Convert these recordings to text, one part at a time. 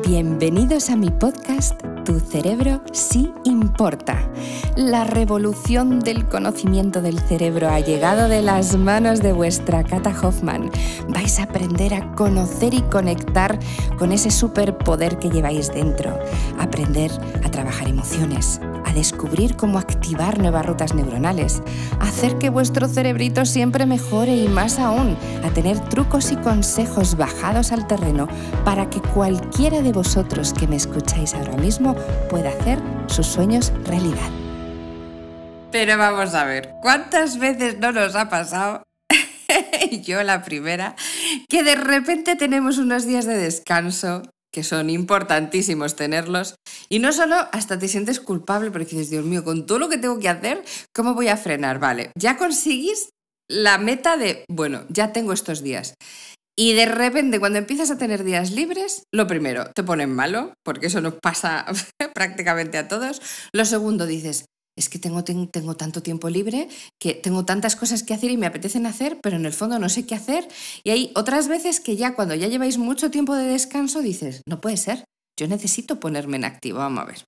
Bienvenidos a mi podcast Tu cerebro sí importa. La revolución del conocimiento del cerebro ha llegado de las manos de vuestra Cata Hoffman. Vais a aprender a conocer y conectar con ese superpoder que lleváis dentro. Aprender a trabajar emociones, a descubrir cómo activar nuevas rutas neuronales, a hacer que vuestro cerebrito siempre mejore y más aún, a tener trucos y consejos bajados al terreno para que cualquiera de vosotros que me escucháis ahora mismo pueda hacer sus sueños realidad. Pero vamos a ver, ¿cuántas veces no nos ha pasado? Yo la primera, que de repente tenemos unos días de descanso, que son importantísimos tenerlos, y no solo hasta te sientes culpable porque dices, Dios mío, con todo lo que tengo que hacer, ¿cómo voy a frenar? Vale, ya conseguís la meta de, bueno, ya tengo estos días. Y de repente, cuando empiezas a tener días libres, lo primero, te ponen malo, porque eso nos pasa prácticamente a todos. Lo segundo, dices, es que tengo tanto tiempo libre, que tengo tantas cosas que hacer y me apetecen hacer, pero en el fondo no sé qué hacer. Y hay otras veces que ya cuando ya lleváis mucho tiempo de descanso, dices, no puede ser, yo necesito ponerme en activo. Vamos a ver.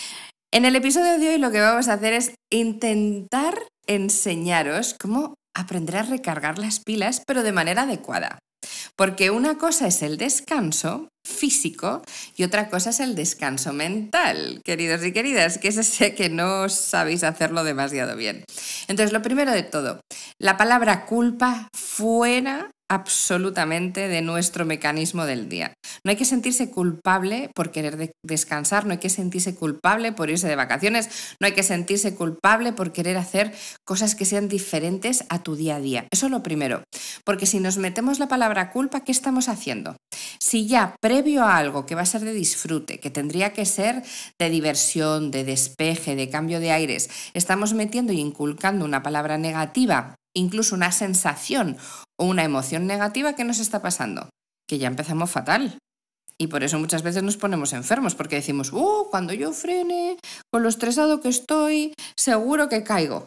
En el episodio de hoy lo que vamos a hacer es intentar enseñaros cómo aprender a recargar las pilas, pero de manera adecuada. Porque una cosa es el descanso físico y otra cosa es el descanso mental, queridos y queridas, que es ese que no sabéis hacerlo demasiado bien. Entonces, lo primero de todo, la palabra culpa fuera absolutamente de nuestro mecanismo del día. No hay que sentirse culpable por querer descansar, no hay que sentirse culpable por irse de vacaciones, no hay que sentirse culpable por querer hacer cosas que sean diferentes a tu día a día. Eso es lo primero, porque si nos metemos la palabra culpa, ¿qué estamos haciendo? Si ya previo a algo que va a ser de disfrute, que tendría que ser de diversión, de despeje, de cambio de aires, estamos metiendo y inculcando una palabra negativa, incluso una sensación o una emoción negativa, ¿qué nos está pasando? Que ya empezamos fatal. Y por eso muchas veces nos ponemos enfermos, porque decimos, cuando yo frene, con lo estresado que estoy, seguro que caigo.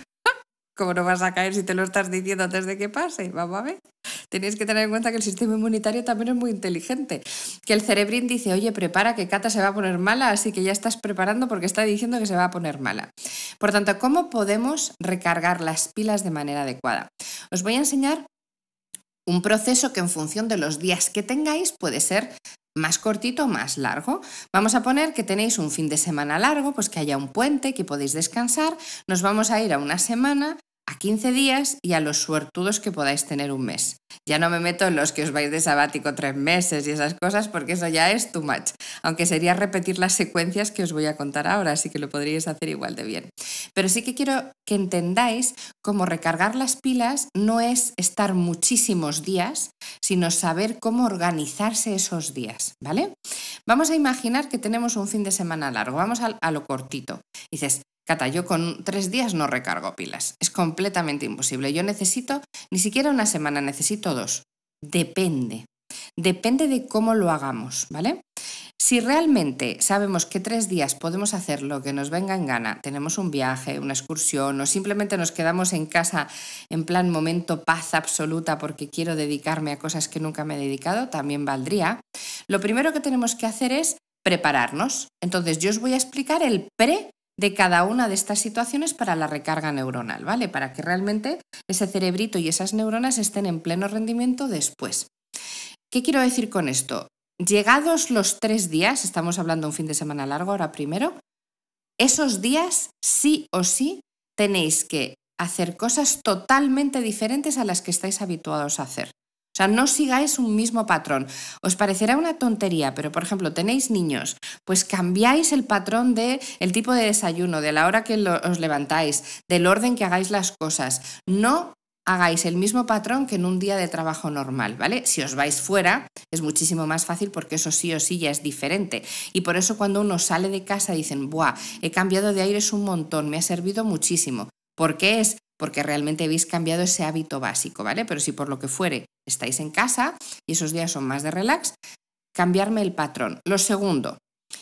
¿Cómo no vas a caer si te lo estás diciendo antes de que pase? Vamos a ver. Tenéis que tener en cuenta que el sistema inmunitario también es muy inteligente. Que el cerebrín dice, oye, prepara que Cata se va a poner mala, así que ya estás preparando porque está diciendo que se va a poner mala. Por tanto, ¿cómo podemos recargar las pilas de manera adecuada? Os voy a enseñar un proceso que en función de los días que tengáis puede ser más cortito o más largo. Vamos a poner que tenéis un fin de semana largo, pues que haya un puente, que podéis descansar. Nos vamos a ir a una semana, a 15 días y a los suertudos que podáis tener un mes. Ya no me meto en los que os vais de sabático 3 meses y esas cosas porque eso ya es too much. Aunque sería repetir las secuencias que os voy a contar ahora, así que lo podríais hacer igual de bien. Pero sí que quiero que entendáis cómo recargar las pilas no es estar muchísimos días, sino saber cómo organizarse esos días, ¿vale? Vamos a imaginar que tenemos un fin de semana largo, vamos a lo cortito. Dices, Cata, yo con 3 días no recargo pilas. Es completamente imposible. Yo necesito ni siquiera una semana, necesito 2. Depende. Depende de cómo lo hagamos, ¿vale? Si realmente sabemos que 3 días podemos hacer lo que nos venga en gana, tenemos un viaje, una excursión o simplemente nos quedamos en casa en plan momento paz absoluta porque quiero dedicarme a cosas que nunca me he dedicado, también valdría. Lo primero que tenemos que hacer es prepararnos. Entonces yo os voy a explicar el de cada una de estas situaciones para la recarga neuronal, ¿vale? Para que realmente ese cerebrito y esas neuronas estén en pleno rendimiento después. ¿Qué quiero decir con esto? Llegados los 3 días, estamos hablando de un fin de semana largo ahora primero, esos días sí o sí tenéis que hacer cosas totalmente diferentes a las que estáis habituados a hacer. O sea, no sigáis un mismo patrón. Os parecerá una tontería, pero por ejemplo, tenéis niños, pues cambiáis el patrón del tipo de desayuno, de la hora que os levantáis, del orden que hagáis las cosas. No hagáis el mismo patrón que en un día de trabajo normal, ¿vale? Si os vais fuera es muchísimo más fácil porque eso sí o sí ya es diferente. Y por eso cuando uno sale de casa dicen, ¡buah! He cambiado de aires un montón, me ha servido muchísimo. ¿Por qué es? Porque realmente habéis cambiado ese hábito básico, ¿vale? Pero si por lo que fuere estáis en casa y esos días son más de relax, cambiarme el patrón. Lo segundo,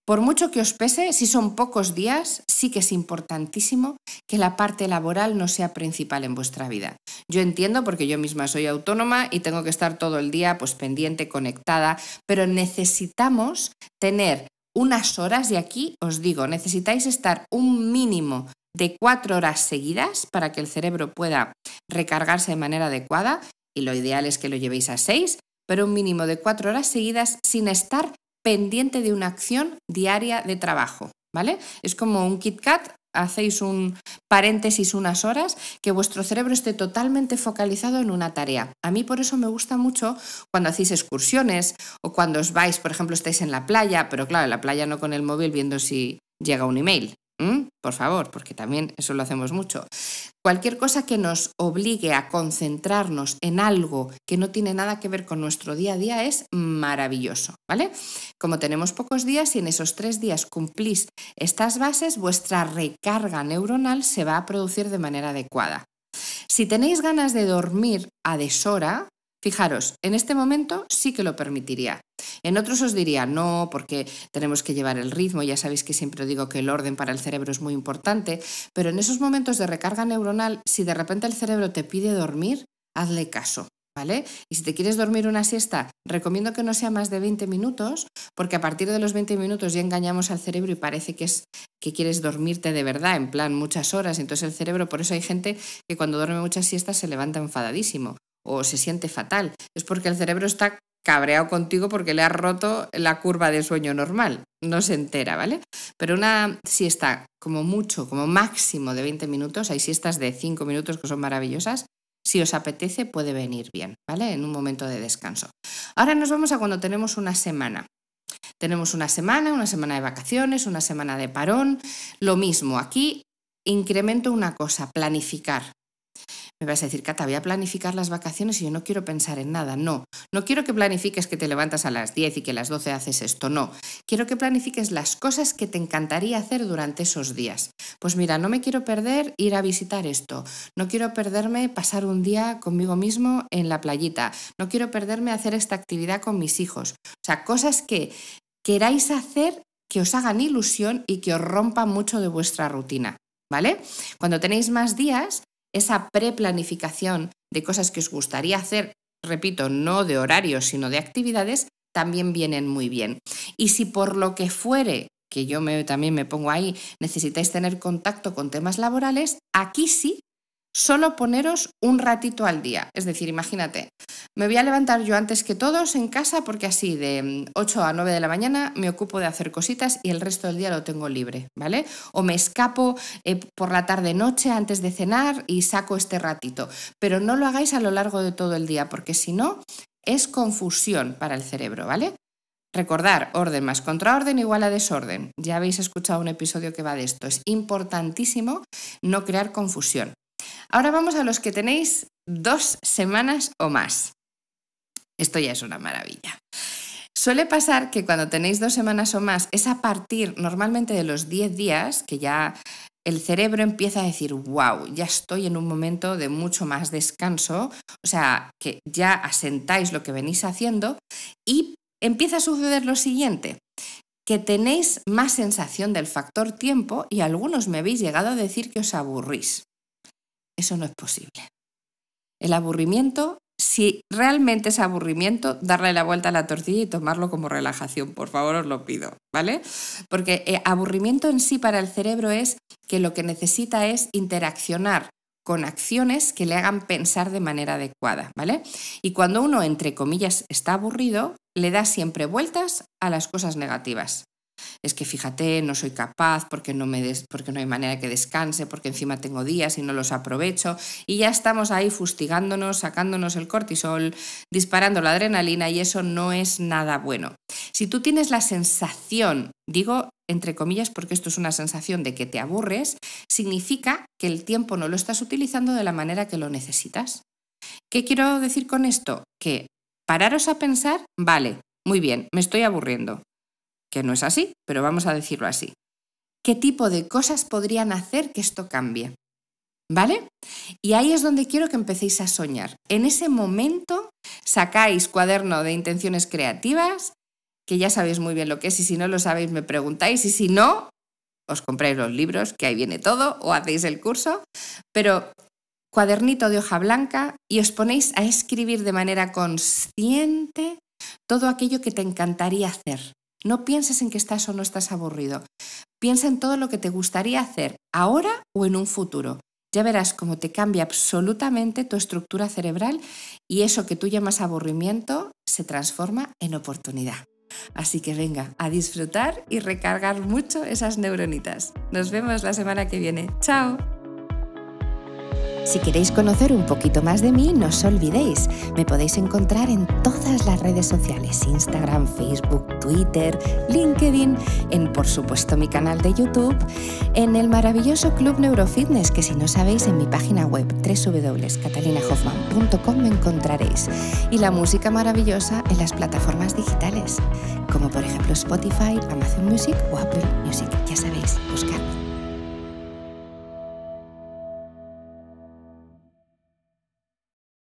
Por mucho que os pese, si son pocos días, sí que es importantísimo que la parte laboral no sea principal en vuestra vida. Yo entiendo porque yo misma soy autónoma y tengo que estar todo el día pues pendiente, conectada, pero necesitamos tener unas horas, y aquí os digo, necesitáis estar un mínimo de 4 horas seguidas para que el cerebro pueda recargarse de manera adecuada, y lo ideal es que lo llevéis a 6, pero un mínimo de 4 horas seguidas sin estar pendiente de una acción diaria de trabajo, ¿vale? Es como un KitKat, hacéis un paréntesis unas horas, que vuestro cerebro esté totalmente focalizado en una tarea. A mí por eso me gusta mucho cuando hacéis excursiones o cuando os vais, por ejemplo, estáis en la playa, pero claro, en la playa no con el móvil viendo si llega un email. Por favor, porque también eso lo hacemos mucho. Cualquier cosa que nos obligue a concentrarnos en algo que no tiene nada que ver con nuestro día a día es maravilloso, ¿vale? Como tenemos pocos días y en esos 3 días cumplís estas bases, vuestra recarga neuronal se va a producir de manera adecuada. Si tenéis ganas de dormir a deshora, fijaros, en este momento sí que lo permitiría. En otros os diría no, porque tenemos que llevar el ritmo, ya sabéis que siempre digo que el orden para el cerebro es muy importante, pero en esos momentos de recarga neuronal, si de repente el cerebro te pide dormir, hazle caso, ¿vale? Y si te quieres dormir una siesta, recomiendo que no sea más de 20 minutos, porque a partir de los 20 minutos ya engañamos al cerebro y parece que quieres dormirte de verdad, en plan muchas horas, entonces el cerebro, por eso hay gente que cuando duerme muchas siestas se levanta enfadadísimo o se siente fatal, es porque el cerebro está cabreado contigo porque le has roto la curva de sueño normal, no se entera, ¿vale? Pero una siesta como mucho, como máximo de 20 minutos, hay siestas de 5 minutos que son maravillosas, si os apetece puede venir bien, ¿vale? En un momento de descanso. Ahora nos vamos a cuando tenemos una semana. Tenemos una semana de vacaciones, una semana de parón, lo mismo, aquí incremento una cosa, planificar. Me vas a decir, Cata, voy a planificar las vacaciones y yo no quiero pensar en nada. No quiero que planifiques que te levantas a las 10 y que a las 12 haces esto, no. Quiero que planifiques las cosas que te encantaría hacer durante esos días. Pues mira, no me quiero perder ir a visitar esto, no quiero perderme pasar un día conmigo mismo en la playita, no quiero perderme hacer esta actividad con mis hijos. O sea, cosas que queráis hacer que os hagan ilusión y que os rompan mucho de vuestra rutina, ¿vale? Cuando tenéis más días, esa preplanificación de cosas que os gustaría hacer, repito, no de horarios, sino de actividades, también vienen muy bien. Y si por lo que fuere, que yo también me pongo ahí, necesitáis tener contacto con temas laborales, aquí sí, solo poneros un ratito al día. Es decir, imagínate, me voy a levantar yo antes que todos en casa porque así de 8 a 9 de la mañana me ocupo de hacer cositas y el resto del día lo tengo libre, ¿vale? O me escapo por la tarde-noche antes de cenar y saco este ratito. Pero no lo hagáis a lo largo de todo el día porque si no es confusión para el cerebro, ¿vale? Recordar, orden más contraorden igual a desorden. Ya habéis escuchado un episodio que va de esto. Es importantísimo no crear confusión. Ahora vamos a los que tenéis 2 semanas o más. Esto ya es una maravilla. Suele pasar que cuando tenéis 2 semanas o más es a partir normalmente de los 10 días que ya el cerebro empieza a decir, wow, ya estoy en un momento de mucho más descanso, o sea, que ya asentáis lo que venís haciendo y empieza a suceder lo siguiente, que tenéis más sensación del factor tiempo y algunos me habéis llegado a decir que os aburrís. Eso no es posible. El aburrimiento, si realmente es aburrimiento, darle la vuelta a la tortilla y tomarlo como relajación, por favor os lo pido, ¿vale? Porque aburrimiento en sí para el cerebro es que lo que necesita es interaccionar con acciones que le hagan pensar de manera adecuada, ¿vale? Y cuando uno, entre comillas, está aburrido, le da siempre vueltas a las cosas negativas. Es que fíjate, no soy capaz porque no hay manera que descanse, porque encima tengo días y no los aprovecho y ya estamos ahí fustigándonos, sacándonos el cortisol, disparando la adrenalina y eso no es nada bueno. Si tú tienes la sensación, digo entre comillas porque esto es una sensación de que te aburres, significa que el tiempo no lo estás utilizando de la manera que lo necesitas. ¿Qué quiero decir con esto? Que pararos a pensar, vale, muy bien, me estoy aburriendo. Que no es así, pero vamos a decirlo así. ¿Qué tipo de cosas podrían hacer que esto cambie? ¿Vale? Y ahí es donde quiero que empecéis a soñar. En ese momento sacáis cuaderno de intenciones creativas que ya sabéis muy bien lo que es, y si no lo sabéis me preguntáis, y si no, os compráis los libros, que ahí viene todo, o hacéis el curso, pero cuadernito de hoja blanca y os ponéis a escribir de manera consciente todo aquello que te encantaría hacer. No pienses en que estás o no estás aburrido. Piensa en todo lo que te gustaría hacer ahora o en un futuro. Ya verás cómo te cambia absolutamente tu estructura cerebral y eso que tú llamas aburrimiento se transforma en oportunidad. Así que venga, a disfrutar y recargar mucho esas neuronitas. Nos vemos la semana que viene. ¡Chao! Si queréis conocer un poquito más de mí, no os olvidéis, me podéis encontrar en todas las redes sociales, Instagram, Facebook, Twitter, LinkedIn, en por supuesto mi canal de YouTube, en el maravilloso Club Neurofitness, que si no sabéis en mi página web www.catalinahoffman.com me encontraréis, y la música maravillosa en las plataformas digitales, como por ejemplo Spotify, Amazon Music o Apple Music, ya sabéis, buscad.